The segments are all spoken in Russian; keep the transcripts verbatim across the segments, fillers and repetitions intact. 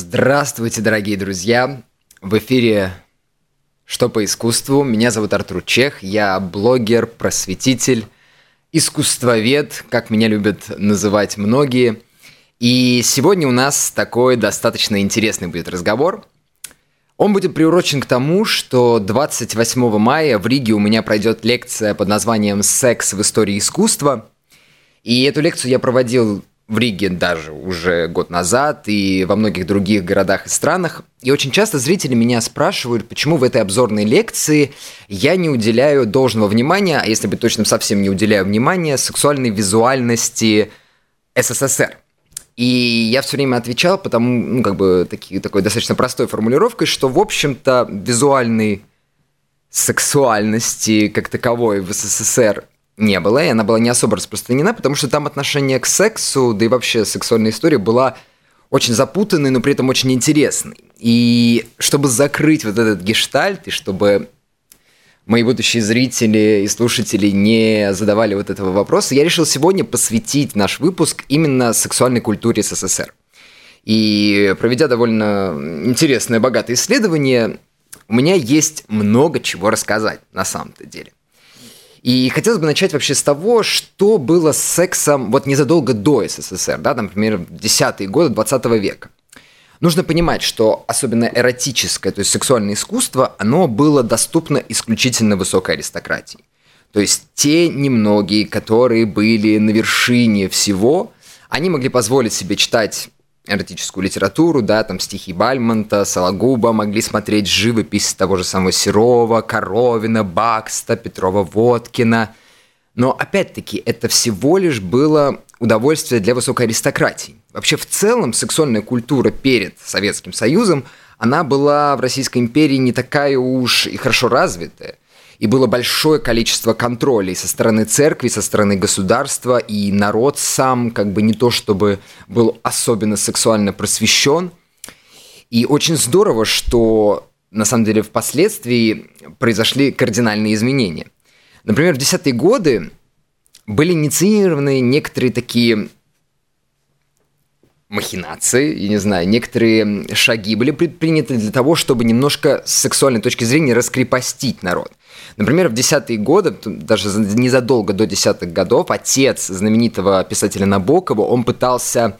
Здравствуйте, дорогие друзья! В эфире «Что по искусству?». Меня зовут Артур Чех, я блогер, просветитель, искусствовед, как меня любят называть многие. И сегодня у нас такой достаточно интересный будет разговор. Он будет приурочен к тому, что двадцать восьмого мая в Риге у меня пройдет лекция под названием «Секс в истории искусства». И эту лекцию я проводил в Риге даже уже год назад и во многих других городах и странах. И очень часто зрители меня спрашивают, почему в этой обзорной лекции я не уделяю должного внимания, а если быть точным, совсем не уделяю внимания сексуальной визуальности СССР. И я все время отвечал, потому, ну, как бы, таки, такой достаточно простой формулировкой, что, в общем-то, визуальной сексуальности как таковой в СССР не было, и она была не особо распространена, потому что там отношение к сексу, да и вообще сексуальная история была очень запутанной, но при этом очень интересной. И чтобы закрыть вот этот гештальт, и чтобы мои будущие зрители и слушатели не задавали вот этого вопроса, я решил сегодня посвятить наш выпуск именно сексуальной культуре СССР. И проведя довольно интересное, богатое исследование, у меня есть много чего рассказать на самом-то деле. И хотелось бы начать вообще с того, что было с сексом вот незадолго до СССР, да, там, например, в десятые годы двадцатого века. Нужно понимать, что особенно эротическое, то есть сексуальное искусство, оно было доступно исключительно высокой аристократии. То есть те немногие, которые были на вершине всего, они могли позволить себе читать эротическую литературу, да, там стихи Бальмонта, Сологуба, могли смотреть живопись того же самого Серова, Коровина, Бакста, Петрова-Водкина. Но, опять-таки, это всего лишь было удовольствие для высокой аристократии. Вообще, в целом, сексуальная культура перед Советским Союзом, она была в Российской империи не такая уж и хорошо развитая. И было большое количество контролей со стороны церкви, со стороны государства, и народ сам как бы не то чтобы был особенно сексуально просвещен. И очень здорово, что на самом деле впоследствии произошли кардинальные изменения. Например, в десятые годы были инициированы некоторые такие махинации, я не знаю, некоторые шаги были предприняты для того, чтобы немножко с сексуальной точки зрения раскрепостить народ. Например, в десятые годы, даже незадолго до десятых годов, отец знаменитого писателя Набокова, он пытался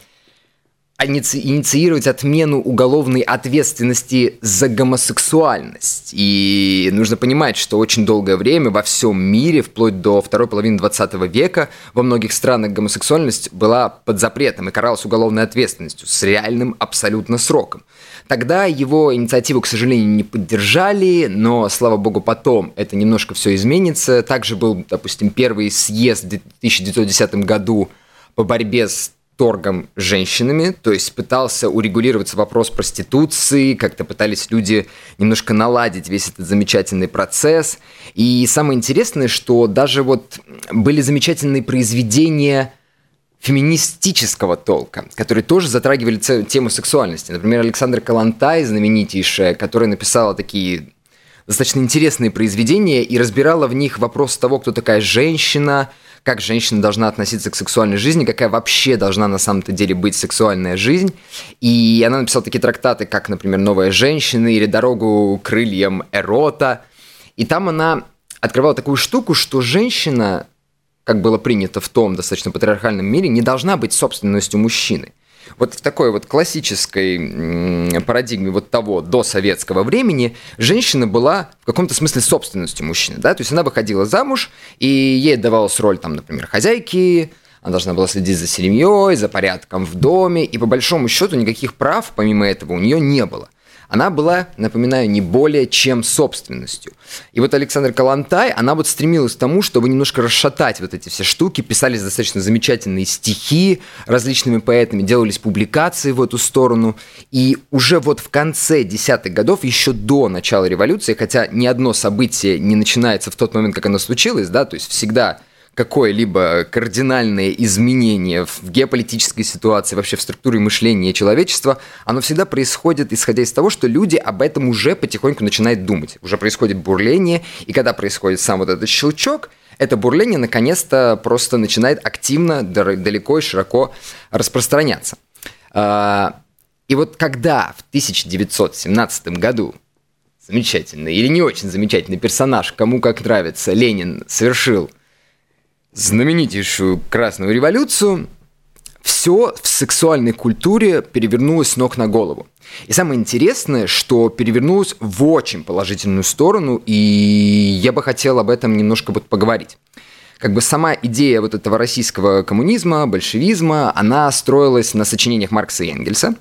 инициировать отмену уголовной ответственности за гомосексуальность. И нужно понимать, что очень долгое время во всем мире, вплоть до второй половины двадцатого века, во многих странах гомосексуальность была под запретом и каралась уголовной ответственностью с реальным абсолютно сроком. Тогда его инициативу, к сожалению, не поддержали, но, слава богу, потом это немножко все изменится. Также был, допустим, первый съезд в тысяча девятьсот десятом году по борьбе с торгом женщинами, то есть пытался урегулироваться вопрос проституции, как-то пытались люди немножко наладить весь этот замечательный процесс. И самое интересное, что даже вот были замечательные произведения феминистического толка, которые тоже затрагивали тему сексуальности. Например, Александра Коллонтай, знаменитейшая, которая написала такие достаточно интересные произведения и разбирала в них вопрос того, кто такая женщина, как женщина должна относиться к сексуальной жизни, какая вообще должна на самом-то деле быть сексуальная жизнь. И она написала такие трактаты, как, например, «Новая женщина» или «Дорогу к крыльям эрота». И там она открывала такую штуку, что женщина, как было принято в том достаточно патриархальном мире, не должна быть собственностью мужчины. Вот в такой вот классической парадигме вот того досоветского времени женщина была в каком-то смысле собственностью мужчины, да, то есть она выходила замуж, и ей отдавалась роль, там, например, хозяйки, она должна была следить за семьей, за порядком в доме, и по большому счету никаких прав помимо этого у нее не было. Она была, напоминаю, не более чем собственностью. И вот Александра Коллонтай, она вот стремилась к тому, чтобы немножко расшатать вот эти все штуки, писались достаточно замечательные стихи различными поэтами, делались публикации в эту сторону. И уже вот в конце десятых годов, еще до начала революции, хотя ни одно событие не начинается в тот момент, как оно случилось, да, то есть всегда какое-либо кардинальное изменение в геополитической ситуации, вообще в структуре мышления человечества, оно всегда происходит, исходя из того, что люди об этом уже потихоньку начинают думать. Уже происходит бурление, и когда происходит сам вот этот щелчок, это бурление наконец-то просто начинает активно, далеко и широко распространяться. И вот когда в тысяча девятьсот семнадцатом году замечательный или не очень замечательный персонаж, кому как нравится, Ленин совершил знаменитейшую Красную революцию, все в сексуальной культуре перевернулось с ног на голову. И самое интересное, что перевернулось в очень положительную сторону, и я бы хотел об этом немножко вот поговорить. Как бы сама идея вот этого российского коммунизма, большевизма, она строилась на сочинениях Маркса и Энгельса.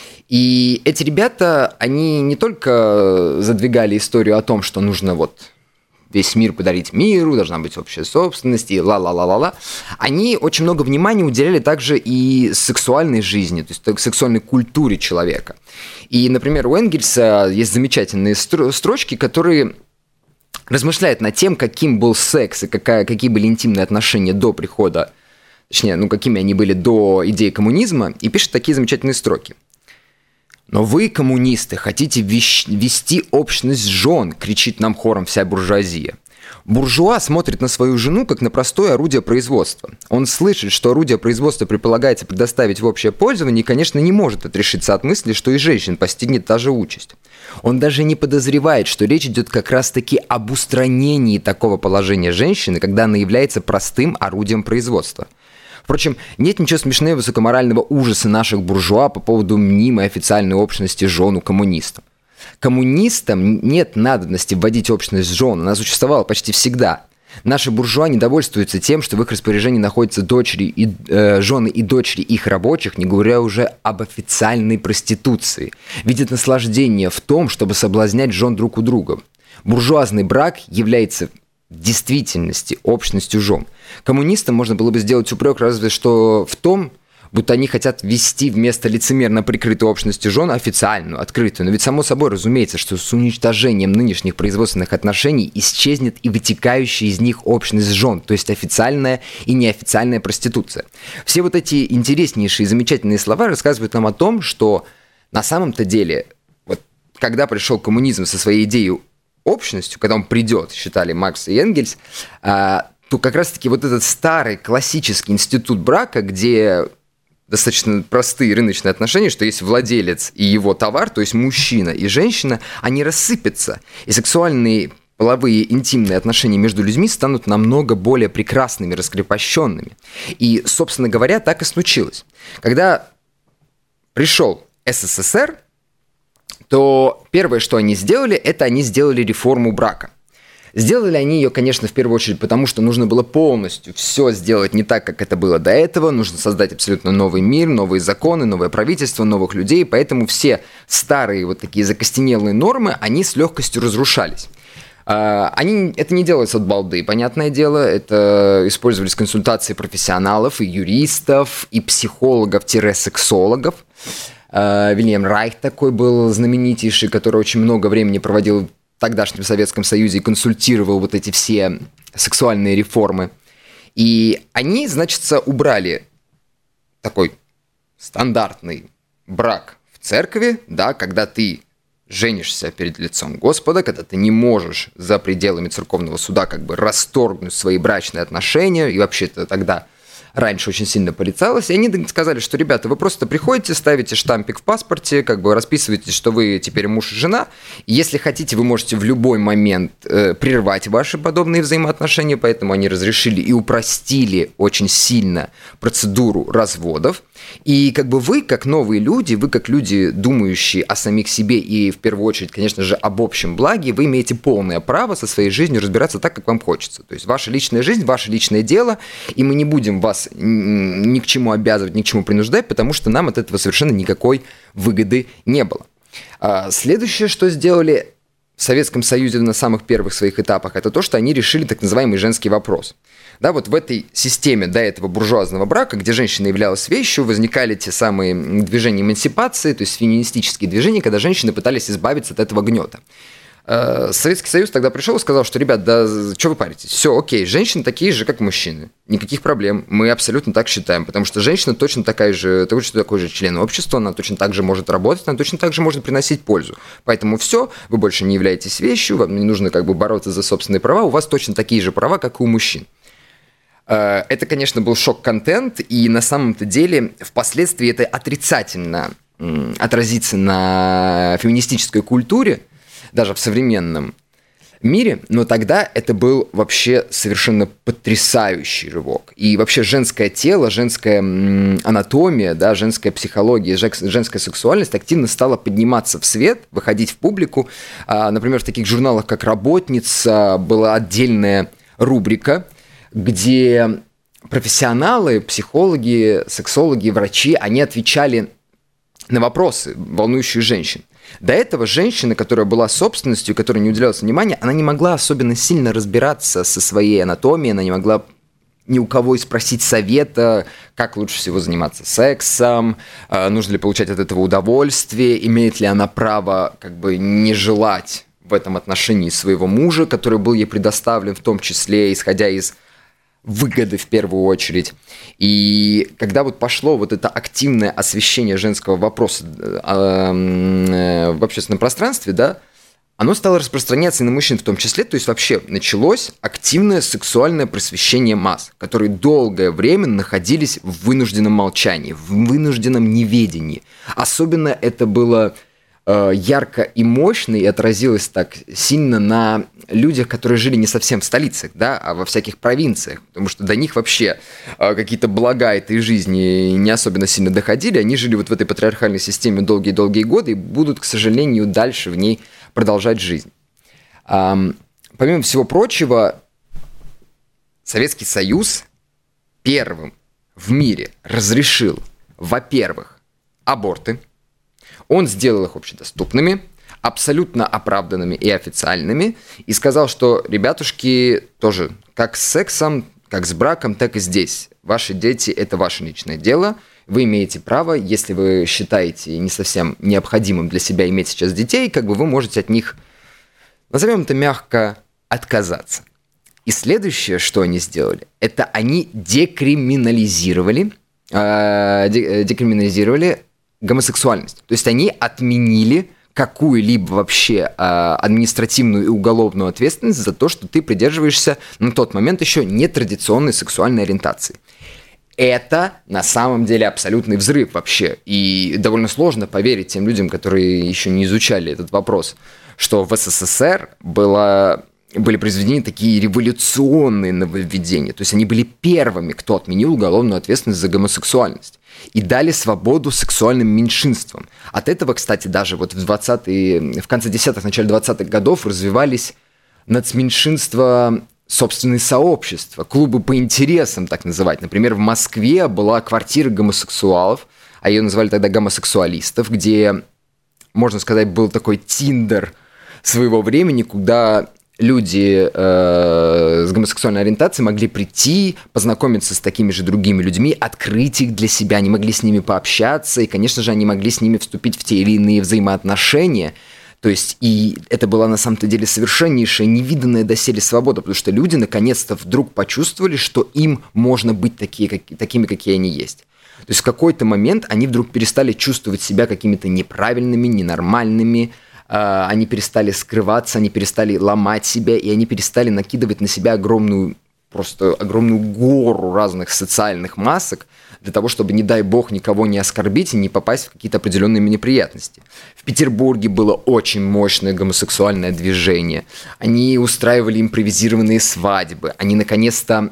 И эти ребята, они не только задвигали историю о том, что нужно вот весь мир подарить миру, должна быть общая собственность и ла-ла-ла-ла-ла. Они очень много внимания уделяли также и сексуальной жизни, то есть сексуальной культуре человека. И, например, у Энгельса есть замечательные строчки, которые размышляют над тем, каким был секс и какая, какие были интимные отношения до прихода, точнее, ну, какими они были до идеи коммунизма, и пишет такие замечательные строки. «Но вы, коммунисты, хотите вести общность жен», кричит нам хором вся буржуазия. Буржуа смотрит на свою жену как на простое орудие производства. Он слышит, что орудие производства предполагается предоставить в общее пользование и, конечно, не может отрешиться от мысли, что и женщин постигнет та же участь. Он даже не подозревает, что речь идет как раз-таки об устранении такого положения женщины, когда она является простым орудием производства. Впрочем, нет ничего смешнее высокоморального ужаса наших буржуа по поводу мнимой официальной общности жен у коммунистов. Коммунистам нет надобности вводить общность жен, она существовала почти всегда. Наши буржуа недовольствуются тем, что в их распоряжении находятся дочери и, э, жены и дочери их рабочих, не говоря уже об официальной проституции. Видят наслаждение в том, чтобы соблазнять жен друг у друга. Буржуазный брак является в действительности общностью жен. Коммунистам можно было бы сделать упрек разве что в том, будто они хотят ввести вместо лицемерно прикрытой общности жен официальную, открытую. Но ведь само собой разумеется, что с уничтожением нынешних производственных отношений исчезнет и вытекающая из них общность жен, то есть официальная и неофициальная проституция. Все вот эти интереснейшие и замечательные слова рассказывают нам о том, что на самом-то деле, вот когда пришел коммунизм со своей идеей общностью, когда он придет, считали Маркс и Энгельс, то как раз-таки вот этот старый классический институт брака, где достаточно простые рыночные отношения, что есть владелец и его товар, то есть мужчина и женщина, они рассыпятся, и сексуальные половые интимные отношения между людьми станут намного более прекрасными, раскрепощенными. И, собственно говоря, так и случилось. Когда пришел СССР, то первое, что они сделали, это они сделали реформу брака. Сделали они ее, конечно, в первую очередь потому, что нужно было полностью все сделать не так, как это было до этого. Нужно создать абсолютно новый мир, новые законы, новое правительство, новых людей. Поэтому все старые вот такие закостенелые нормы, они с легкостью разрушались. Они, это не делается от балды, понятное дело. Это использовались консультации профессионалов и юристов, и психологов-сексологов. Вильям Райх такой был знаменитейший, который очень много времени проводил в тогдашнем Советском Союзе и консультировал вот эти все сексуальные реформы. И они, значит, убрали такой стандартный брак в церкви, да, когда ты женишься перед лицом Господа, когда ты не можешь за пределами церковного суда как бы расторгнуть свои брачные отношения, и вообще-то тогда раньше очень сильно порицалось, и они сказали, что, ребята, вы просто приходите, ставите штампик в паспорте, как бы расписываетесь, что вы теперь муж и жена, и если хотите, вы можете в любой момент э, прервать ваши подобные взаимоотношения, поэтому они разрешили и упростили очень сильно процедуру разводов, и как бы вы, как новые люди, вы как люди, думающие о самих себе и в первую очередь, конечно же, об общем благе, вы имеете полное право со своей жизнью разбираться так, как вам хочется. То есть ваша личная жизнь, ваше личное дело, и мы не будем вас ни к чему обязывать, ни к чему принуждать, потому что нам от этого совершенно никакой выгоды не было. Следующее, что сделали в Советском Союзе на самых первых своих этапах, это то, что они решили так называемый женский вопрос. Да, вот в этой системе до этого буржуазного брака, где женщина являлась вещью, возникали те самые движения эмансипации, то есть феминистические движения, когда женщины пытались избавиться от этого гнета. Советский Союз тогда пришел и сказал, что, ребят, да что вы паритесь? Все, окей, женщины такие же, как мужчины. Никаких проблем. Мы абсолютно так считаем, потому что женщина точно такая же, точно такой же член общества, она точно так же может работать, она точно так же может приносить пользу. Поэтому все, вы больше не являетесь вещью, вам не нужно как бы бороться за собственные права, у вас точно такие же права, как и у мужчин. Это, конечно, был шок-контент, и на самом-то деле впоследствии это отрицательно отразиться на феминистической культуре, даже в современном мире, но тогда это был вообще совершенно потрясающий рывок. И вообще женское тело, женская анатомия, да, женская психология, женская сексуальность активно стала подниматься в свет, выходить в публику. Например, в таких журналах, как «Работница», была отдельная рубрика, где профессионалы, психологи, сексологи, врачи, они отвечали на вопросы, волнующие женщин. До этого женщина, которая была собственностью, которой не уделялось внимания, она не могла особенно сильно разбираться со своей анатомией, она не могла ни у кого и спросить совета, как лучше всего заниматься сексом, нужно ли получать от этого удовольствие, имеет ли она право как бы не желать в этом отношении своего мужа, который был ей предоставлен, в том числе исходя из выгоды в первую очередь. И когда вот пошло вот это активное освещение женского вопроса в общественном пространстве, да, оно стало распространяться и на мужчин в том числе, то есть вообще началось активное сексуальное просвещение масс, которые долгое время находились в вынужденном молчании, в вынужденном неведении. Особенно это было ярко и мощно, и отразилось так сильно на людях, которые жили не совсем в столицах, да, а во всяких провинциях, потому что до них вообще какие-то блага этой жизни не особенно сильно доходили, они жили вот в этой патриархальной системе долгие-долгие годы и будут, к сожалению, дальше в ней продолжать жизнь. Помимо всего прочего, Советский Союз первым в мире разрешил, во-первых, аборты. Он сделал их общедоступными, абсолютно оправданными и официальными, и сказал, что, ребятушки, тоже как с сексом, как с браком, так и здесь. Ваши дети – это ваше личное дело. Вы имеете право, если вы считаете не совсем необходимым для себя иметь сейчас детей, как бы вы можете от них, назовем это мягко, отказаться. И следующее, что они сделали, это они декриминализировали, э, декриминализировали гомосексуальность. То есть они отменили какую-либо вообще э, административную и уголовную ответственность за то, что ты придерживаешься на тот момент еще нетрадиционной сексуальной ориентации. Это на самом деле абсолютный взрыв вообще. И довольно сложно поверить тем людям, которые еще не изучали этот вопрос, что в СССР было... были произведены такие революционные нововведения. То есть они были первыми, кто отменил уголовную ответственность за гомосексуальность. И дали свободу сексуальным меньшинствам. От этого, кстати, даже вот в, двадцатые, в конце десятых, начале двадцатых годов развивались нацменьшинства, собственные сообщества, клубы по интересам, так называть. Например, в Москве была квартира гомосексуалов, а ее называли тогда гомосексуалистов, где, можно сказать, был такой тиндер своего времени, куда люди э, с гомосексуальной ориентацией могли прийти, познакомиться с такими же другими людьми, открыть их для себя, они могли с ними пообщаться, и, конечно же, они могли с ними вступить в те или иные взаимоотношения. То есть, и это была на самом-то деле совершеннейшая, невиданная доселе свобода, потому что люди наконец-то вдруг почувствовали, что им можно быть такие, как, такими, какие они есть. То есть в какой-то момент они вдруг перестали чувствовать себя какими-то неправильными, ненормальными, они перестали скрываться, они перестали ломать себя, и они перестали накидывать на себя огромную, просто огромную гору разных социальных масок для того, чтобы, не дай бог, никого не оскорбить и не попасть в какие-то определенные неприятности. В Петербурге было очень мощное гомосексуальное движение. Они устраивали импровизированные свадьбы. Они, наконец-то,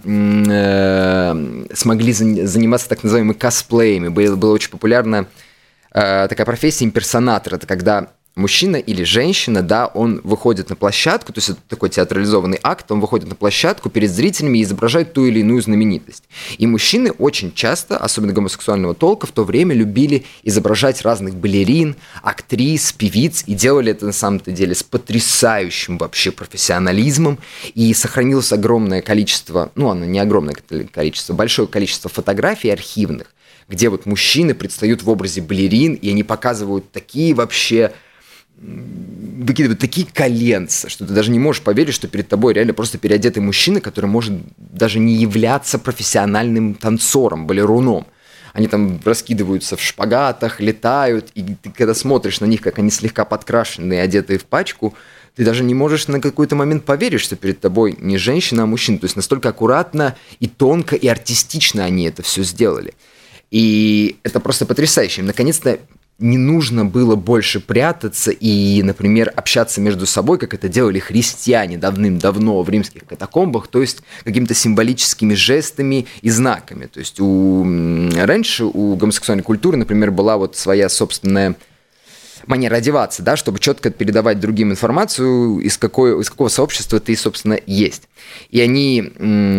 э, смогли заниматься так называемыми косплеями. Была, была очень популярна э, такая профессия имперсонатор. Это когда мужчина или женщина, да, он выходит на площадку, то есть это такой театрализованный акт, он выходит на площадку перед зрителями и изображает ту или иную знаменитость. И мужчины очень часто, особенно гомосексуального толка, в то время любили изображать разных балерин, актрис, певиц, и делали это на самом-то деле с потрясающим вообще профессионализмом, и сохранилось огромное количество, ну, оно не огромное количество, большое количество фотографий архивных, где вот мужчины предстают в образе балерин, и они показывают такие вообще... выкидывают такие коленца, что ты даже не можешь поверить, что перед тобой реально просто переодетый мужчина, который может даже не являться профессиональным танцором, балеруном. Они там раскидываются в шпагатах, летают, и ты когда смотришь на них, как они слегка подкрашенные, одетые в пачку, ты даже не можешь на какой-то момент поверить, что перед тобой не женщина, а мужчина. То есть настолько аккуратно и тонко и артистично они это все сделали. И это просто потрясающе. Им наконец-то не нужно было больше прятаться и, например, общаться между собой, как это делали христиане давным-давно в римских катакомбах, то есть какими-то символическими жестами и знаками. То есть у... раньше у гомосексуальной культуры, например, была вот своя собственная манера одеваться, да, чтобы четко передавать другим информацию, из, какой, из какого сообщества ты, собственно, есть. И они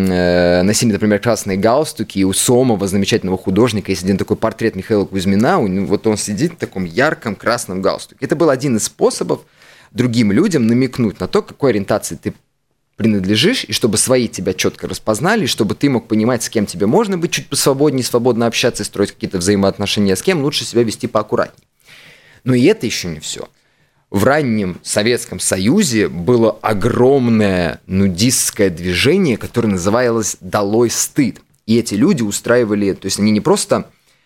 э, носили, например, красные галстуки, и у Сомова, замечательного художника, есть один такой портрет Михаила Кузьмина, у, вот он сидит в таком ярком красном галстуке. Это был один из способов другим людям намекнуть на то, к какой ориентации ты принадлежишь, и чтобы свои тебя четко распознали, и чтобы ты мог понимать, с кем тебе можно быть чуть посвободнее, свободно общаться и строить какие-то взаимоотношения, а с кем лучше себя вести поаккуратнее. Но и это еще не все. В раннем Советском Союзе было огромное нудистское движение, которое называлось «Долой стыд». И эти люди устраивали, то есть они не просто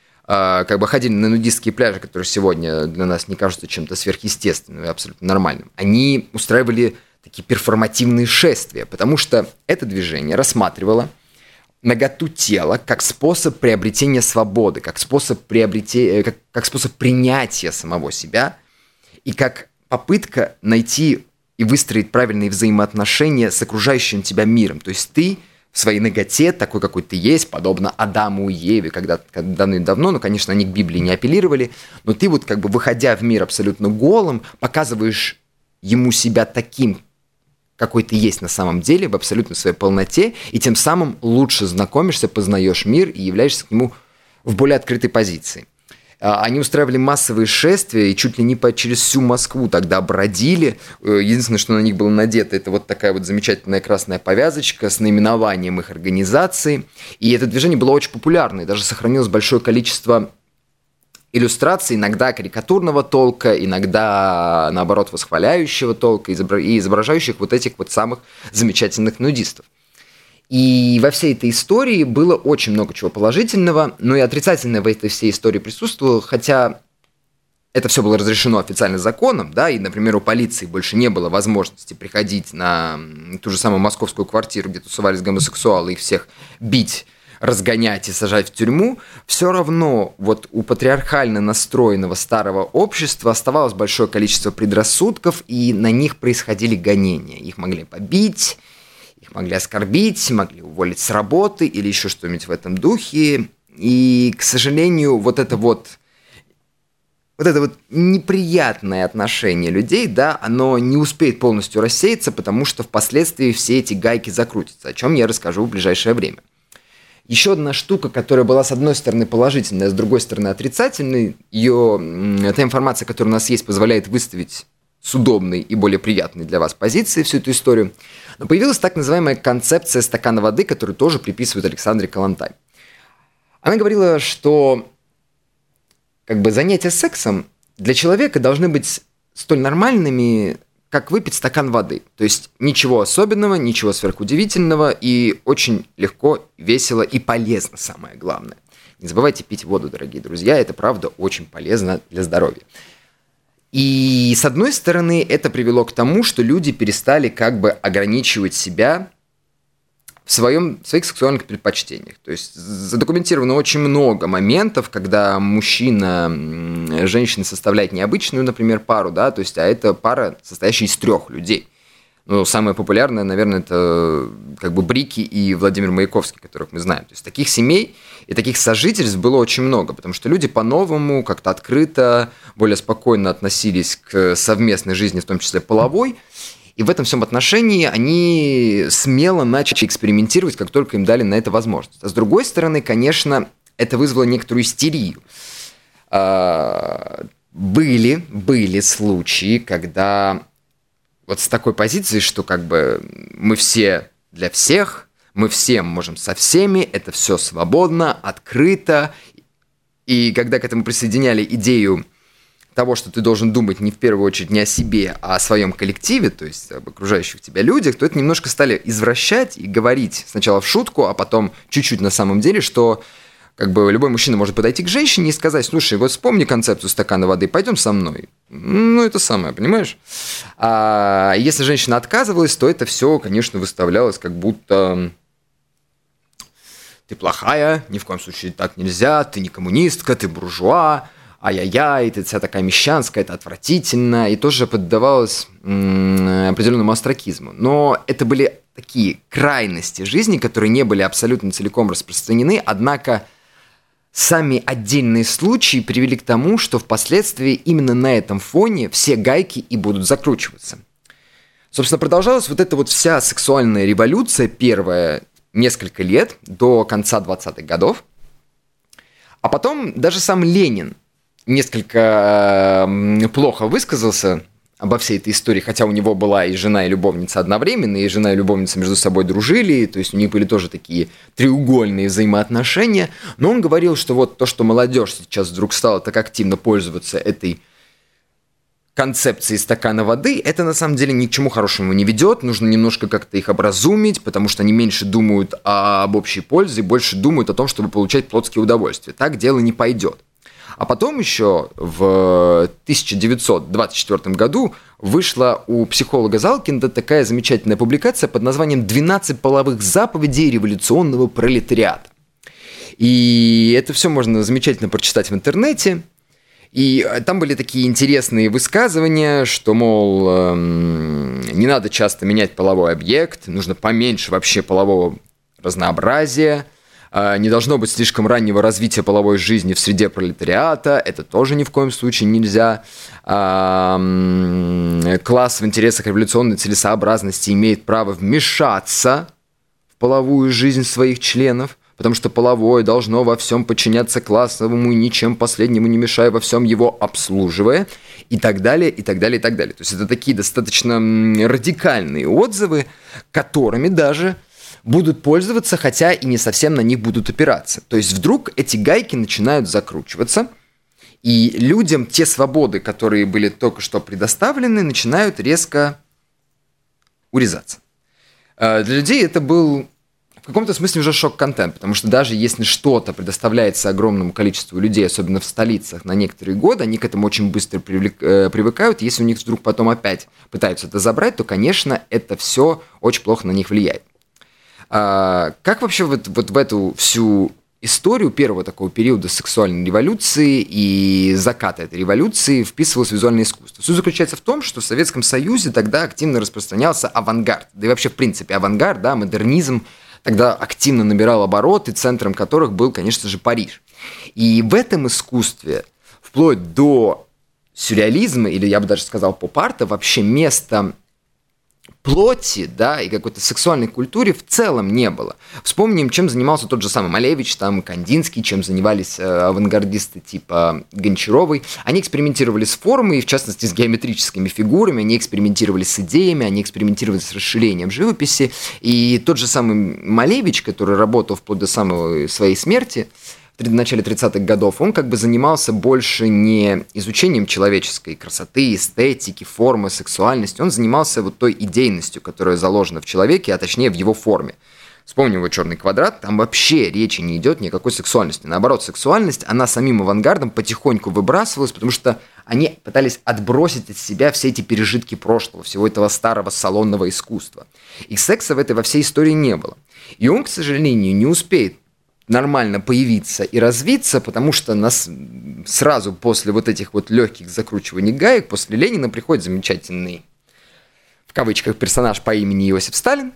э, как бы ходили на нудистские пляжи, которые сегодня для нас не кажутся чем-то сверхъестественным и абсолютно нормальным. Они устраивали такие перформативные шествия, потому что это движение рассматривало наготу тела как способ приобретения свободы, как способ, приобрете... как, как способ принятия самого себя и как попытка найти и выстроить правильные взаимоотношения с окружающим тебя миром. То есть ты в своей наготе, такой, какой ты есть, подобно Адаму и Еве, когда, когда давным-давно, ну, конечно, они к Библии не апеллировали, но ты вот как бы, выходя в мир абсолютно голым, показываешь ему себя таким, какой ты есть на самом деле, в абсолютно своей полноте, и тем самым лучше знакомишься, познаешь мир и являешься к нему в более открытой позиции. Они устраивали массовые шествия и чуть ли не по, через всю Москву тогда бродили. Единственное, что на них было надето, это вот такая вот замечательная красная повязочка с наименованием их организации. И это движение было очень популярное, даже сохранилось большое количество иллюстраций, иногда карикатурного толка, иногда, наоборот, восхваляющего толка, и изображающих вот этих вот самых замечательных нудистов. И во всей этой истории было очень много чего положительного, но и отрицательное в этой всей истории присутствовало, хотя это все было разрешено официально законом, да, и, например, у полиции больше не было возможности приходить на ту же самую московскую квартиру, где тусовались гомосексуалы, их всех бить, разгонять и сажать в тюрьму, все равно вот у патриархально настроенного старого общества оставалось большое количество предрассудков, и на них происходили гонения. Их могли побить, их могли оскорбить, могли уволить с работы или еще что-нибудь в этом духе. И, к сожалению, вот это вот, вот это вот неприятное отношение людей, да, оно не успеет полностью рассеяться, потому что впоследствии все эти гайки закрутятся, о чем я расскажу в ближайшее время. Еще одна штука, которая была с одной стороны положительной, а с другой стороны отрицательной, ее, эта информация, которая у нас есть, позволяет выставить с удобной и более приятной для вас позиции всю эту историю. Но появилась так называемая концепция стакана воды, которую тоже приписывают Александре Калантай. Она говорила, что как бы занятия сексом для человека должны быть столь нормальными, как выпить стакан воды. То есть ничего особенного, ничего сверхудивительного, и очень легко, весело и полезно, самое главное. Не забывайте пить воду, дорогие друзья, это правда очень полезно для здоровья. И с одной стороны, это привело к тому, что люди перестали как бы ограничивать себя в, своем, в своих сексуальных предпочтениях. То есть задокументировано очень много моментов, когда мужчина, женщина составляет необычную, например, пару, да, то есть, а это пара, состоящая из трех людей. Ну, самое популярное, наверное, это как бы Брики и Владимир Маяковский, которых мы знаем. То есть таких семей и таких сожительств было очень много, потому что люди по-новому, как-то открыто, более спокойно относились к совместной жизни, в том числе половой. И в этом всем отношении они смело начали экспериментировать, как только им дали на это возможность. А с другой стороны, конечно, это вызвало некоторую истерию. Были, были случаи, когда вот с такой позиции, что как бы мы все для всех, мы все можем со всеми, это все свободно, открыто. И когда к этому присоединяли идею того, что ты должен думать не в первую очередь не о себе, а о своем коллективе, то есть об окружающих тебя людях, то это немножко стали извращать и говорить сначала в шутку, а потом чуть-чуть на самом деле, что как бы любой мужчина может подойти к женщине и сказать: слушай, вот вспомни концепцию стакана воды, пойдем со мной. Ну, это самое, понимаешь? А если женщина отказывалась, то это все, конечно, выставлялось как будто ты плохая, ни в коем случае так нельзя, ты не коммунистка, ты буржуа. ай-яй-яй, ты вся такая мещанская, это отвратительно, и тоже поддавалось м- определенному остракизму. Но это были такие крайности жизни, которые не были абсолютно целиком распространены, однако сами отдельные случаи привели к тому, что впоследствии именно на этом фоне все гайки и будут закручиваться. Собственно, продолжалась вот эта вот вся сексуальная революция, первая несколько лет, до конца двадцатых годов. А потом даже сам Ленин несколько плохо высказался обо всей этой истории, хотя у него была и жена, и любовница одновременно, и жена и любовница между собой дружили, то есть у них были тоже такие треугольные взаимоотношения, но он говорил, что вот то, что молодежь сейчас вдруг стала так активно пользоваться этой концепцией стакана воды, это на самом деле ни к чему хорошему не ведет, нужно немножко как-то их образумить, потому что они меньше думают об общей пользе, больше думают о том, чтобы получать плотские удовольствия. Так дело не пойдет. А потом еще в тысяча девятьсот двадцать четвёртом году вышла у психолога Залкинда такая замечательная публикация под названием «двенадцать половых заповедей революционного пролетариата». И это все можно замечательно прочитать в интернете. И там были такие интересные высказывания, что, мол, эм, не надо часто менять половой объект, нужно поменьше вообще полового разнообразия, э, не должно быть слишком раннего развития половой жизни в среде пролетариата, это тоже ни в коем случае нельзя. Э, класс в интересах революционной целесообразности имеет право вмешаться в половую жизнь своих членов, потому что половое должно во всем подчиняться классовому и ничем последнему не мешая, во всем его обслуживая, и так далее, и так далее, и так далее. То есть это такие достаточно радикальные отзывы, которыми даже будут пользоваться, хотя и не совсем на них будут опираться. То есть вдруг эти гайки начинают закручиваться, и людям те свободы, которые были только что предоставлены, начинают резко урезаться. Для людей это был в каком-то смысле уже шок-контент, потому что даже если что-то предоставляется огромному количеству людей, особенно в столицах, на некоторые годы, они к этому очень быстро привлек, э, привыкают. Если у них вдруг потом опять пытаются это забрать, то, конечно, это все очень плохо на них влияет. А, как вообще вот, вот в эту всю историю первого такого периода сексуальной революции и заката этой революции вписывалось визуальное искусство? Суть заключается в том, что в Советском Союзе тогда активно распространялся авангард, да и вообще, в принципе, авангард, да, модернизм, тогда активно набирал обороты, центром которых был, конечно же, Париж. И в этом искусстве, вплоть до сюрреализма, или я бы даже сказал поп-арта, вообще места плоти, да, и какой-то сексуальной культуре в целом не было. Вспомним, чем занимался тот же самый Малевич, там, Кандинский, чем занимались э, авангардисты типа Гончаровой. Они экспериментировали с формой, в частности, с геометрическими фигурами, они экспериментировали с идеями, они экспериментировали с расширением живописи. И тот же самый Малевич, который работал вплоть до самой своей смерти, в начале тридцатых годов, он как бы занимался больше не изучением человеческой красоты, эстетики, формы, сексуальности, он занимался вот той идейностью, которая заложена в человеке, а точнее в его форме. Вспомним его «Черный квадрат», там вообще речи не идет никакой сексуальности. Наоборот, сексуальность, она самим авангардом потихоньку выбрасывалась, потому что они пытались отбросить от себя все эти пережитки прошлого, всего этого старого салонного искусства. И секса в этой во всей истории не было. И он, к сожалению, не успеет нормально появиться и развиться, потому что нас сразу после вот этих вот легких закручиваний гаек, после Ленина приходит замечательный, в кавычках, персонаж по имени Иосиф Сталин,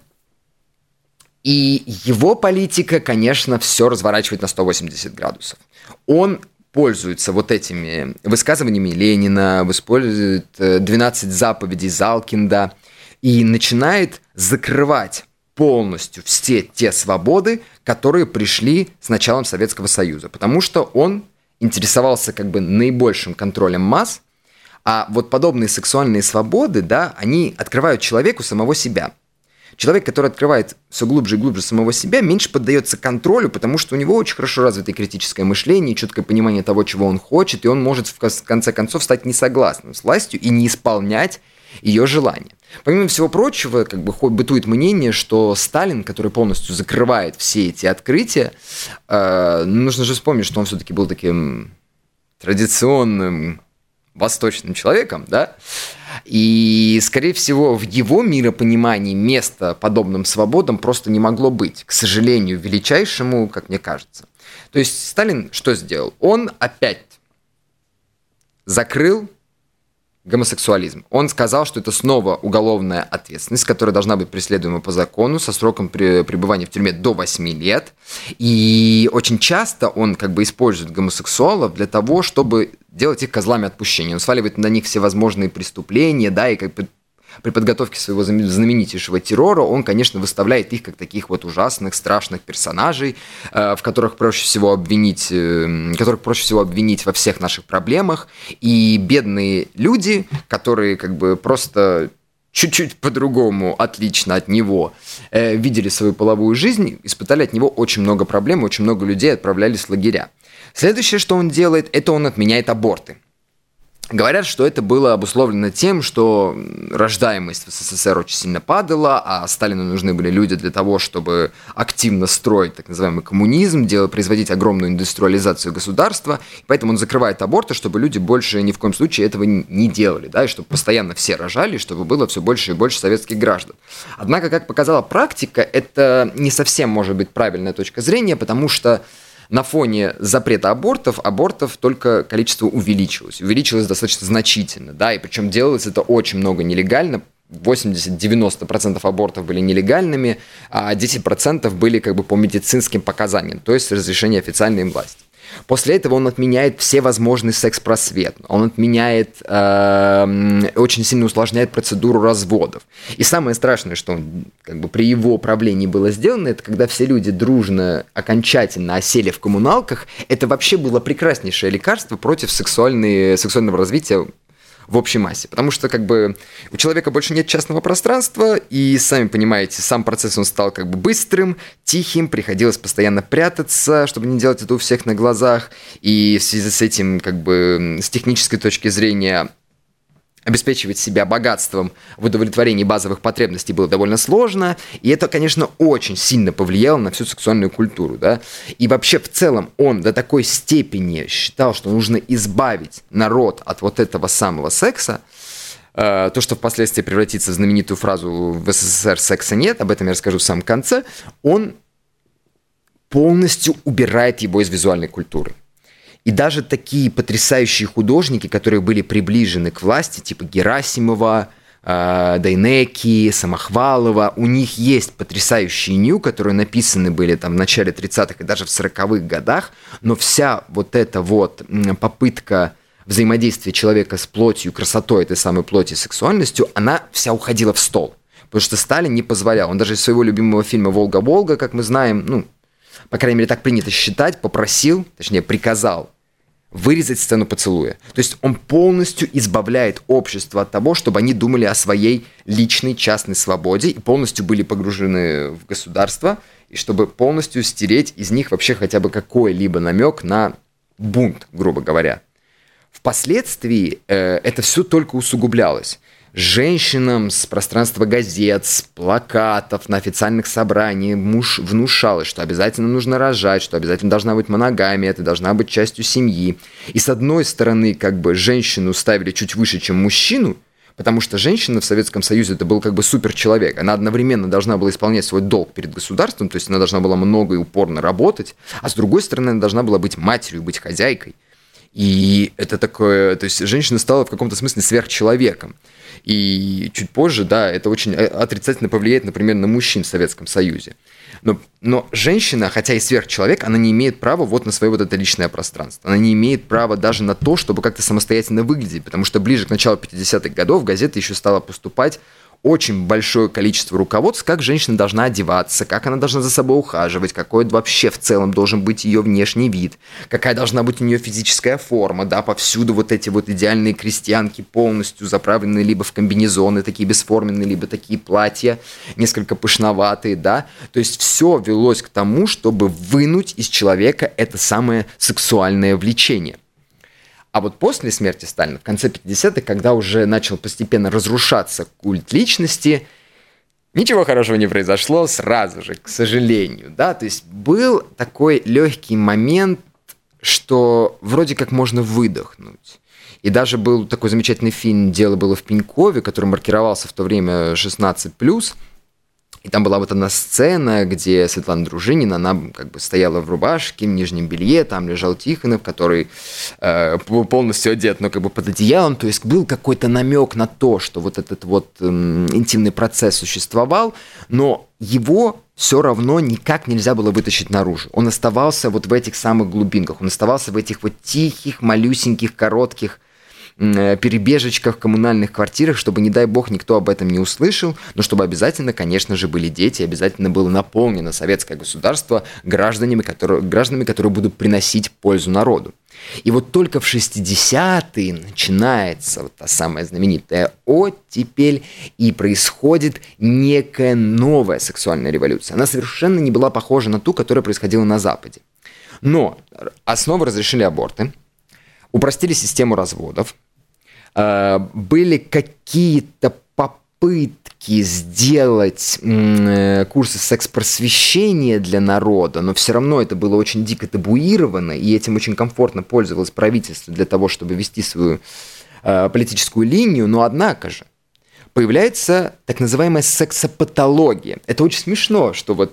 и его политика, конечно, все разворачивает на сто восемьдесят градусов. Он пользуется вот этими высказываниями Ленина, использует двенадцать заповедей Залкинда и начинает закрывать полностью все те свободы, которые пришли с началом Советского Союза, потому что он интересовался как бы наибольшим контролем масс, а вот подобные сексуальные свободы, да, они открывают человеку самого себя. Человек, который открывает все глубже и глубже самого себя, меньше поддается контролю, потому что у него очень хорошо развитое критическое мышление, четкое понимание того, чего он хочет, и он может в конце концов стать несогласным с властью и не исполнять ее желания. Помимо всего прочего, как бы бытует мнение, что Сталин, который полностью закрывает все эти открытия, э, нужно же вспомнить, что он все-таки был таким традиционным восточным человеком, да, и, скорее всего, в его миропонимании места подобным свободам просто не могло быть, к сожалению, величайшему, как мне кажется. То есть Сталин что сделал? Он опять закрыл гомосексуализм. Он сказал, что это снова уголовная ответственность, которая должна быть преследуема по закону со сроком пребывания в тюрьме до восьми лет. И очень часто он как бы использует гомосексуалов для того, чтобы делать их козлами отпущения. Он сваливает на них всевозможные преступления, да, и как бы при подготовке своего знаменитейшего террора он, конечно, выставляет их как таких вот ужасных, страшных персонажей, в которых проще всего обвинить, которых проще всего обвинить во всех наших проблемах. И бедные люди, которые как бы просто чуть-чуть по-другому, отлично от него, видели свою половую жизнь, испытали от него очень много проблем, очень много людей отправлялись в лагеря. Следующее, что он делает, это он отменяет аборты. Говорят, что это было обусловлено тем, что рождаемость в СССР очень сильно падала, а Сталину нужны были люди для того, чтобы активно строить так называемый коммунизм, делать, производить огромную индустриализацию государства, и поэтому он закрывает аборты, чтобы люди больше ни в коем случае этого не делали, да, и чтобы постоянно все рожали, и чтобы было все больше и больше советских граждан. Однако, как показала практика, это не совсем может быть правильная точка зрения, потому что на фоне запрета абортов, абортов только количество увеличилось. Увеличилось достаточно значительно, да, и причем делалось это очень много нелегально. восемьдесят-девяносто процентов абортов были нелегальными, а десять процентов были как бы по медицинским показаниям, то есть разрешение официальной власти. После этого он отменяет все возможный секс-просвет, он отменяет, э, очень сильно усложняет процедуру разводов. И самое страшное, что он, как бы, при его правлении было сделано, это когда все люди дружно, окончательно осели в коммуналках, это вообще было прекраснейшее лекарство против сексуальной, сексуального развития в общей массе. Потому что как бы у человека больше нет частного пространства, и, сами понимаете, сам процесс он стал как бы быстрым, тихим, приходилось постоянно прятаться, чтобы не делать это у всех на глазах, и в связи с этим, как бы, с технической точки зрения, обеспечивать себя богатством в удовлетворении базовых потребностей было довольно сложно, и это, конечно, очень сильно повлияло на всю сексуальную культуру, да, и вообще в целом он до такой степени считал, что нужно избавить народ от вот этого самого секса, э, то, что впоследствии превратится в знаменитую фразу «в СССР секса нет», об этом я расскажу в самом конце, он полностью убирает его из визуальной культуры. И даже такие потрясающие художники, которые были приближены к власти, типа Герасимова, э, Дайнеки, Самохвалова, у них есть потрясающие ню, которые написаны были там в начале тридцатых и даже в сороковых годах, но вся вот эта вот попытка взаимодействия человека с плотью, красотой этой самой плоти, сексуальностью, она вся уходила в стол. Потому что Сталин не позволял. Он даже из своего любимого фильма «Волга-Волга», как мы знаем, ну, по крайней мере, так принято считать, попросил, точнее, приказал вырезать сцену поцелуя. То есть он полностью избавляет общество от того, чтобы они думали о своей личной, частной свободе и полностью были погружены в государство, и чтобы полностью стереть из них вообще хотя бы какой-либо намек на бунт, грубо говоря. Впоследствии э, это все только усугублялось. Женщинам с пространства газет, с плакатов, на официальных собраниях муж внушалось, что обязательно нужно рожать, что обязательно должна быть моногамия, это должна быть частью семьи. И с одной стороны, как бы женщину ставили чуть выше, чем мужчину, потому что женщина в Советском Союзе это был как бы суперчеловек. Она одновременно должна была исполнять свой долг перед государством, то есть она должна была много и упорно работать, а с другой стороны, она должна была быть матерью, быть хозяйкой. И это такое, то есть женщина стала в каком-то смысле сверхчеловеком. И чуть позже, да, это очень отрицательно повлияет, например, на мужчин в Советском Союзе. Но, но женщина, хотя и сверхчеловек, она не имеет права вот на свое вот это личное пространство. Она не имеет права даже на то, чтобы как-то самостоятельно выглядеть, потому что ближе к началу пятидесятых годов в газеты еще стало поступать очень большое количество руководств, как женщина должна одеваться, как она должна за собой ухаживать, какой вообще в целом должен быть ее внешний вид, какая должна быть у нее физическая форма, да, повсюду вот эти вот идеальные крестьянки, полностью заправленные либо в комбинезоны, такие бесформенные, либо такие платья, несколько пышноватые, да, то есть все велось к тому, чтобы вынуть из человека это самое сексуальное влечение. А вот после смерти Сталина, в конце пятидесятых, когда уже начал постепенно разрушаться культ личности, ничего хорошего не произошло сразу же, к сожалению, да, то есть был такой легкий момент, что вроде как можно выдохнуть. И даже был такой замечательный фильм «Дело было в Пенькове», который маркировался в то время шестнадцать плюс, И там была вот одна сцена, где Светлана Дружинина, она как бы стояла в рубашке, в нижнем белье, там лежал Тихонов, который э, полностью одет, но как бы под одеялом. То есть был какой-то намек на то, что вот этот вот э, интимный процесс существовал, но его все равно никак нельзя было вытащить наружу. Он оставался вот в этих самых глубинках, он оставался в этих вот тихих, малюсеньких, коротких перебежечках, коммунальных квартирах, чтобы, не дай бог, никто об этом не услышал, но чтобы обязательно, конечно же, были дети, обязательно было наполнено советское государство гражданами, которые, гражданами, которые будут приносить пользу народу. И вот только в шестидесятые начинается вот та самая знаменитая оттепель, и происходит некая новая сексуальная революция. Она совершенно не была похожа на ту, которая происходила на Западе. Но основы разрешили аборты, упростили систему разводов, были какие-то попытки сделать курсы секс-просвещения для народа, но все равно это было очень дико табуировано, и этим очень комфортно пользовалось правительство для того, чтобы вести свою политическую линию, но однако же появляется так называемая сексопатология. Это очень смешно, что вот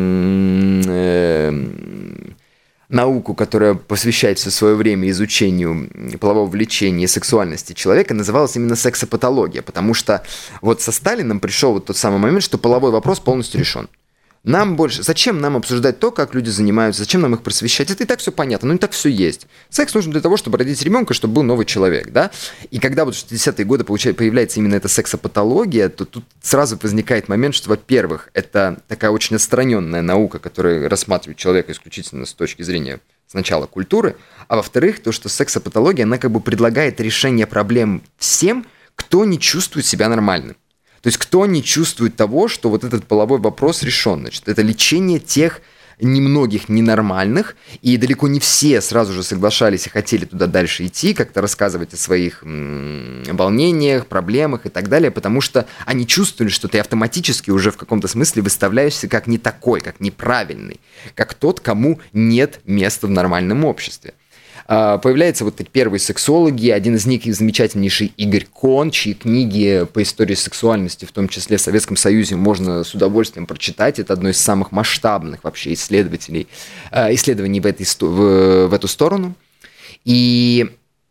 науку, которая посвящает все свое время изучению полового влечения и сексуальности человека, называлась именно сексопатология, потому что вот со Сталиным пришел вот тот самый момент, что половой вопрос полностью решен. Нам больше... Зачем нам обсуждать то, как люди занимаются? Зачем нам их просвещать? Это и так все понятно, но и так все есть. Секс нужен для того, чтобы родить ребенка, чтобы был новый человек, да? И когда вот в шестидесятые годы появляется именно эта сексопатология, то тут сразу возникает момент, что, во-первых, это такая очень отстраненная наука, которая рассматривает человека исключительно с точки зрения сначала культуры, а во-вторых, то, что сексопатология, она как бы предлагает решение проблем всем, кто не чувствует себя нормальным. То есть кто не чувствует того, что вот этот половой вопрос решен. Значит, это лечение тех немногих ненормальных, и далеко не все сразу же соглашались и хотели туда дальше идти, как-то рассказывать о своих м- волнениях, проблемах и так далее, потому что они чувствовали, что ты автоматически уже в каком-то смысле выставляешься как не такой, как неправильный, как тот, кому нет места в нормальном обществе. Появляются вот первые сексологи, один из них замечательнейший Игорь Кон, чьи книги по истории сексуальности, в том числе в Советском Союзе, можно с удовольствием прочитать. Это одно из самых масштабных вообще исследователей, исследований в, этой, в, в эту сторону. И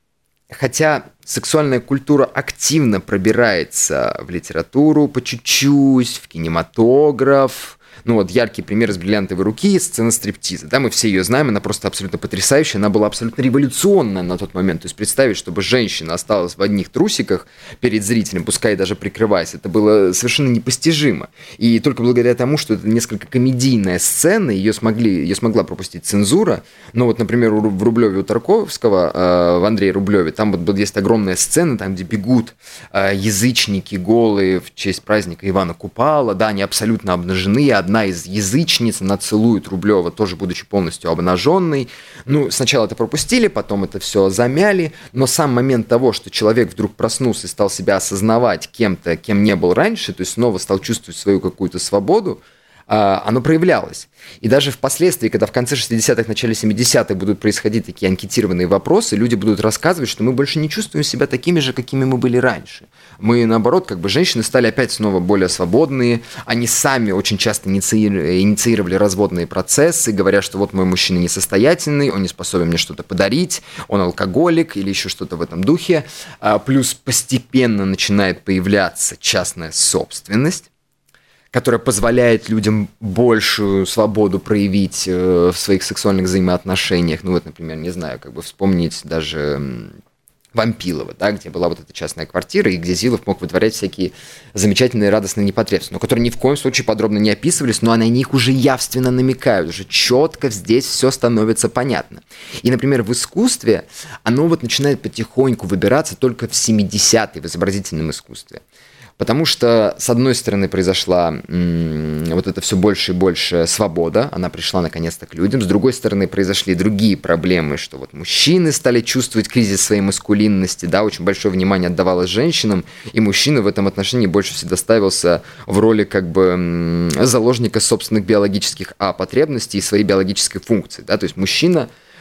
хотя сексуальная культура активно пробирается в литературу по чуть-чуть, в кинематограф, ну вот яркий пример из «Бриллиантовой руки», сцена стриптиза, да, мы все ее знаем, она просто абсолютно потрясающая, она была абсолютно революционная на тот момент, то есть представить, чтобы женщина осталась в одних трусиках перед зрителем, пускай даже прикрываясь, это было совершенно непостижимо, и только благодаря тому, что это несколько комедийная сцена, ее, смогли, ее смогла пропустить цензура, но вот, например, в Рублеве у Тарковского, э, в Андрее Рублеве, там вот есть огромная сцена, там, где бегут э, язычники голые в честь праздника Ивана Купала, да, они абсолютно обнажены, одна из язычниц, она целует Рублева, тоже будучи полностью обнаженной. Ну, сначала это пропустили, потом это все замяли, но сам момент того, что человек вдруг проснулся и стал себя осознавать кем-то, кем не был раньше, то есть снова стал чувствовать свою какую-то свободу, оно проявлялось. И даже впоследствии, когда в конце шестидесятых, начале семидесятых будут происходить такие анкетированные вопросы, люди будут рассказывать, что мы больше не чувствуем себя такими же, какими мы были раньше. Мы, наоборот, как бы женщины стали опять снова более свободные, они сами очень часто инициировали разводные процессы, говоря, что вот мой мужчина несостоятельный, он не способен мне что-то подарить, он алкоголик или еще что-то в этом духе. Плюс постепенно начинает появляться частная собственность, которая позволяет людям большую свободу проявить в своих сексуальных взаимоотношениях. Ну вот, например, не знаю, как бы вспомнить даже Вампилова, да, где была вот эта частная квартира, и где Зилов мог вытворять всякие замечательные радостные непотребства, но которые ни в коем случае подробно не описывались, но на них уже явственно намекают, уже четко здесь все становится понятно. И, например, в искусстве оно вот начинает потихоньку выбираться только в семидесятые в изобразительном искусстве. Потому что, с одной стороны, произошла м- вот это все больше и больше свобода, она пришла наконец-то к людям, с другой стороны, произошли другие проблемы, что вот мужчины стали чувствовать кризис своей маскулинности, да, очень большое внимание отдавалось женщинам, и мужчина в этом отношении больше всегда ставился в роли как бы м- заложника собственных биологических а, потребностей и своей биологической функции, да, то есть мужчина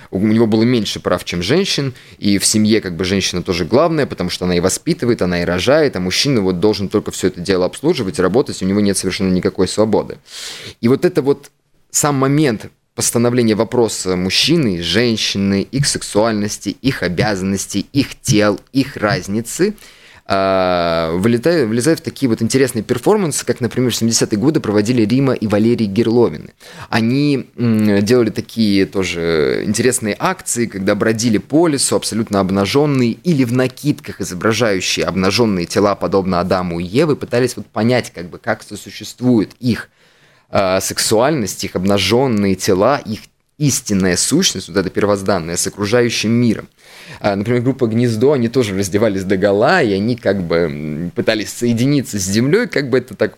у него было меньше прав, чем женщин, и в семье как бы женщина тоже главная, потому что она и воспитывает, она и рожает, а мужчина вот должен только все это дело обслуживать, работать, у него нет совершенно никакой свободы. И вот это вот сам момент постановления вопроса мужчины, женщины, их сексуальности, их обязанностей, их тел, их разницы – Вылетаю, влезаю в такие вот интересные перформансы, как, например, в семидесятые годы проводили Рима и Валерий Герловины. Они делали такие тоже интересные акции, когда бродили по лесу абсолютно обнаженные или в накидках, изображающие обнаженные тела, подобно Адаму и Еве, пытались вот понять, как бы, как сосуществует их э, сексуальность, их обнаженные тела, их истинная сущность, вот эта первозданная, с окружающим миром. Например, группа «Гнездо», они тоже раздевались догола, и они как бы пытались соединиться с землей, как бы это так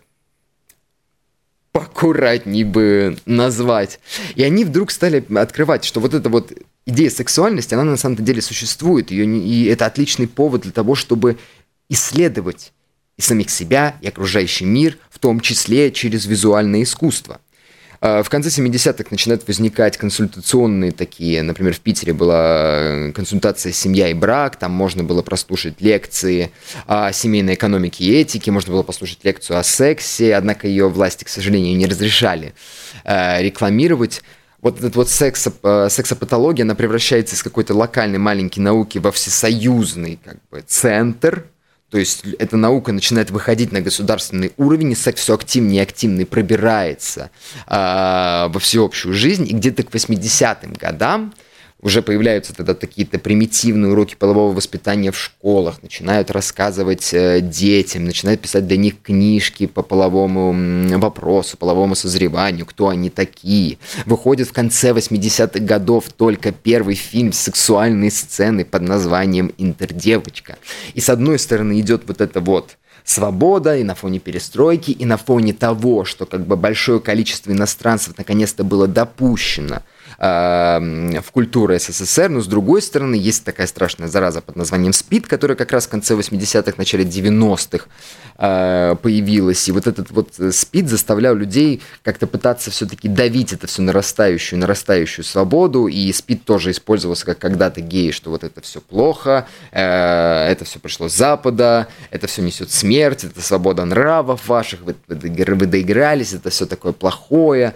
поаккуратней бы назвать. И они вдруг стали открывать, что вот эта вот идея сексуальности, она на самом деле существует, ее не... и это отличный повод для того, чтобы исследовать и самих себя, и окружающий мир, в том числе через визуальное искусство. В конце семидесятых начинают возникать консультационные такие, например, в Питере была консультация «Семья и брак», там можно было прослушать лекции о семейной экономике и этике, можно было послушать лекцию о сексе, однако ее власти, к сожалению, не разрешали э, рекламировать. Вот эта вот сексо, сексопатология, она превращается из какой-то локальной маленькой науки во всесоюзный как бы центр. То есть эта наука начинает выходить на государственный уровень, и секс все активнее и активнее пробирается э, во всеобщую жизнь. И где-то к восьмидесятым годам уже появляются тогда такие-то примитивные уроки полового воспитания в школах, начинают рассказывать э, детям, начинают писать для них книжки по половому вопросу, половому созреванию, кто они такие. Выходит в конце восьмидесятых годов только первый фильм с сексуальной сценой под названием «Интердевочка». И с одной стороны идет вот это вот свобода, и на фоне перестройки, и на фоне того, что как бы большое количество иностранцев наконец-то было допущено в культуру СССР, но с другой стороны есть такая страшная зараза под названием СПИД, которая как раз в конце восьмидесятых, начале девяностых появилась, и вот этот вот СПИД заставлял людей как-то пытаться все-таки давить это все нарастающую, нарастающую свободу, и СПИД тоже использовался как когда-то геи, что вот это все плохо, это все пришло с Запада, это все несет смерть, это свобода нравов ваших, вы, вы доигрались, это все такое плохое,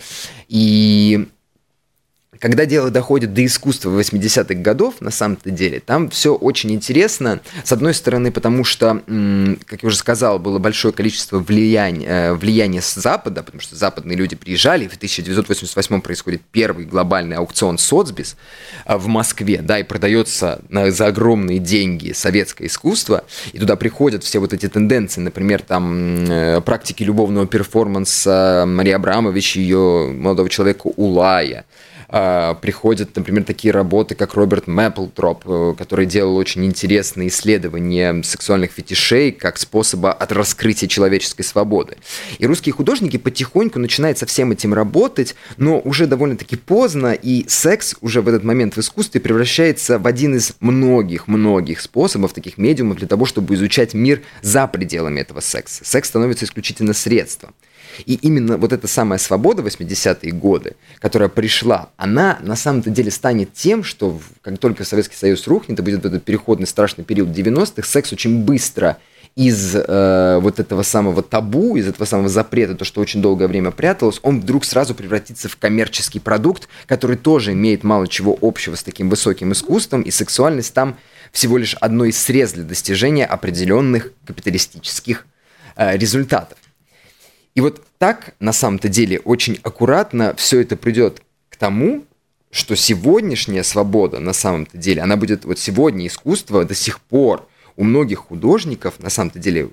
и когда дело доходит до искусства восьмидесятых годов, на самом-то деле, там все очень интересно. С одной стороны, потому что, как я уже сказал, было большое количество влияния, влияния с Запада, потому что западные люди приезжали, и в тысяча девятьсот восемьдесят восьмом происходит первый глобальный аукцион Соцбис в Москве, да, и продается за огромные деньги советское искусство, и туда приходят все вот эти тенденции, например, там практики любовного перформанса Марии Абрамович и ее молодого человека Улая. Приходят, например, такие работы, как Роберт Мэпплтроп, который делал очень интересные исследования сексуальных фетишей как способа от раскрытия человеческой свободы. И русские художники потихоньку начинают со всем этим работать, но уже довольно-таки поздно, и секс уже в этот момент в искусстве превращается в один из многих-многих способов, таких медиумов, для того, чтобы изучать мир за пределами этого секса. Секс становится исключительно средством. И именно вот эта самая свобода восьмидесятые годы, которая пришла, она на самом-то деле станет тем, что как только Советский Союз рухнет, и будет этот переходный страшный период девяностых, секс очень быстро из э, вот этого самого табу, из этого самого запрета, то, что очень долгое время пряталось, он вдруг сразу превратится в коммерческий продукт, который тоже имеет мало чего общего с таким высоким искусством, и сексуальность там всего лишь одно из средств для достижения определенных капиталистических э, результатов. И вот так, на самом-то деле, очень аккуратно все это придет к тому, что сегодняшняя свобода, на самом-то деле, она будет, вот сегодня искусство до сих пор у многих художников, на самом-то деле,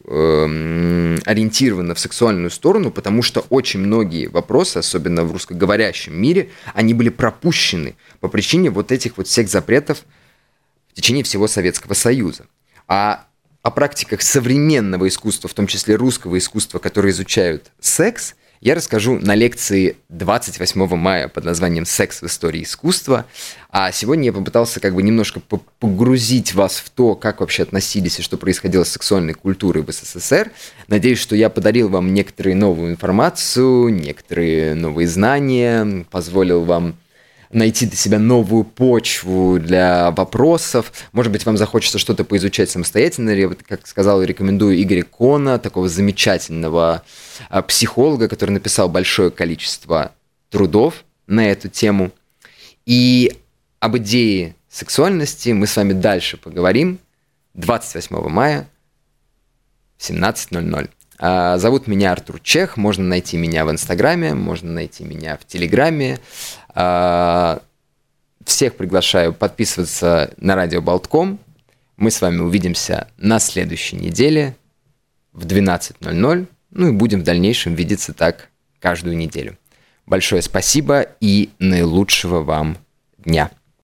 э, ориентировано в сексуальную сторону, потому что очень многие вопросы, особенно в русскоговорящем мире, они были пропущены по причине вот этих вот всех запретов в течение всего Советского Союза. А о практиках современного искусства, в том числе русского искусства, которые изучают секс, я расскажу на лекции двадцать восьмого мая под названием «Секс в истории искусства». А сегодня я попытался как бы немножко погрузить вас в то, как вообще относились и что происходило с сексуальной культурой в СССР. Надеюсь, что я подарил вам некоторую новую информацию, некоторые новые знания, позволил вам найти для себя новую почву для вопросов. Может быть, вам захочется что-то поизучать самостоятельно. Я, как сказал, рекомендую Игоря Кона, такого замечательного психолога, который написал большое количество трудов на эту тему. И об идее сексуальности мы с вами дальше поговорим двадцать восьмого мая в семнадцать ноль ноль. Зовут меня Артур Чех, можно найти меня в Инстаграме, можно найти меня в Телеграме. Всех приглашаю подписываться на радио Болтком. Мы с вами увидимся на следующей неделе в двенадцать ноль ноль. Ну и будем в дальнейшем видеться так каждую неделю. Большое спасибо и наилучшего вам дня.